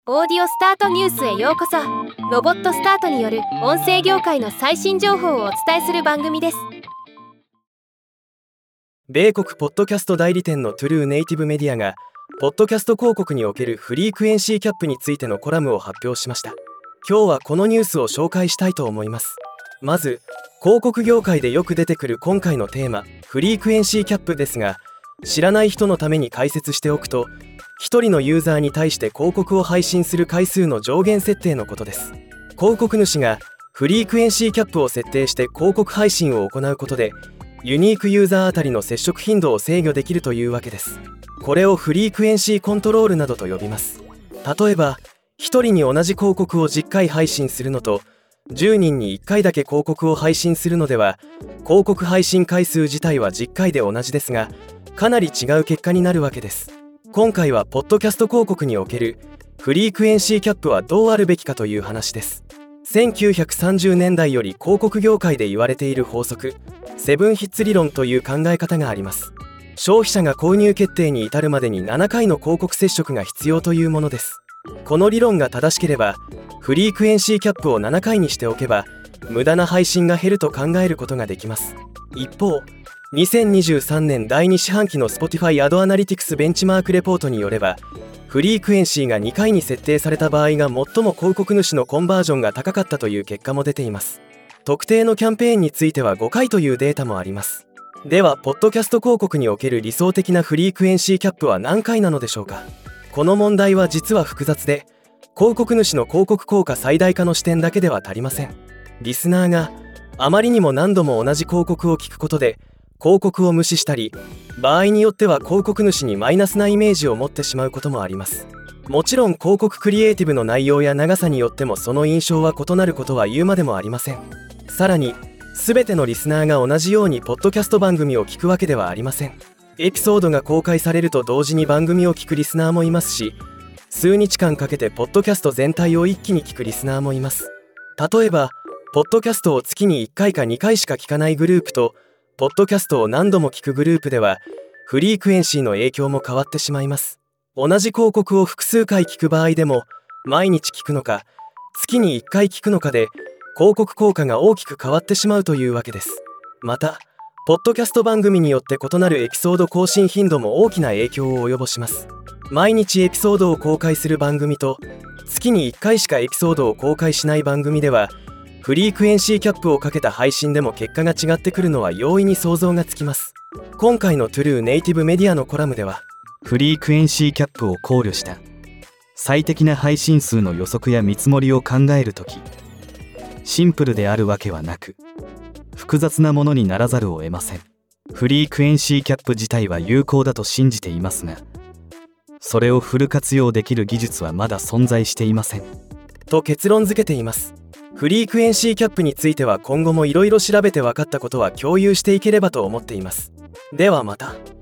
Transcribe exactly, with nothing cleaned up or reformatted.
オーディオスタートニュースへようこそ。ロボットスタートによる音声業界の最新情報をお伝えする番組です。 米国ポッドキャスト代理店のトゥルーネイティブメディアがポッドキャスト広告におけるフリークエンシーキャップについてのコラムを発表しました。今日はこのニュースを紹介したいと思います。まず広告業界でよく出てくる今回のテーマ、フリークエンシーキャップですが、知らない人のために解説しておくと、ひとりのユーザーに対して広告を配信する回数の上限設定のことです。広告主がフリークエンシーキャップを設定して広告配信を行うことで、ユニークユーザーあたりの接触頻度を制御できるというわけです。これをフリークエンシーコントロールなどと呼びます。例えばひとりに同じ広告をじゅっかい配信するのとじゅうにんにいっかいだけ広告を配信するのでは、広告配信回数自体はじゅっかいで同じですが、かなり違う結果になるわけです。今回はポッドキャスト広告におけるフリークエンシーキャップはどうあるべきかという話です。せんきゅうひゃくさんじゅうねんだいより広告業界で言われている法則、セブンヒッツ理論という考え方があります。消費者が購入決定に至るまでにななかいの広告接触が必要というものです。この理論が正しければ、フリークエンシーキャップをななかいにしておけば無駄な配信が減ると考えることができます。一方、にせんにじゅうさんねんだいに四半期の Spotify アドアナリティクスベンチマークレポートによれば、フリークエンシーがにかいに設定された場合が最も広告主のコンバージョンが高かったという結果も出ています。特定のキャンペーンについてはごかいというデータもあります。ではポッドキャスト広告における理想的なフリークエンシーキャップは何回なのでしょうか。この問題は実は複雑で、広告主の広告効果最大化の視点だけでは足りません。リスナーがあまりにも何度も同じ広告を聞くことで広告を無視したり、場合によっては広告主にマイナスなイメージを持ってしまうこともあります。もちろん広告クリエイティブの内容や長さによってもその印象は異なることは言うまでもありません。さらに全てのリスナーが同じようにポッドキャスト番組を聞くわけではありません。エピソードが公開されると同時に番組を聞くリスナーもいますし、数日間かけてポッドキャスト全体を一気に聞くリスナーもいます。例えばポッドキャストを月にいっかいかにかいしか聞かないグループとポッドキャストを何度も聞くグループではフリークエンシーの影響も変わってしまいます。同じ広告を複数回聞く場合でも、毎日聞くのか月にいっかい聞くのかで広告効果が大きく変わってしまうというわけです。またポッドキャスト番組によって異なるエピソード更新頻度も大きな影響を及ぼします。毎日エピソードを公開する番組と月にいっかいしかエピソードを公開しない番組では、フリークエンシーキャップをかけた配信でも結果が違ってくるのは容易に想像がつきます。今回のトゥルーネイティブメディアのコラムでは、 フリークエンシーキャップを考慮した最適な配信数の予測や見積もりを考えるとき、シンプルであるわけはなく複雑なものにならざるを得ません。フリークエンシーキャップ自体は有効だと信じていますが、それをフル活用できる技術はまだ存在していませんと結論付けています。フリークエンシーキャップについては今後もいろいろ調べて分かったことは共有していければと思っています。ではまた。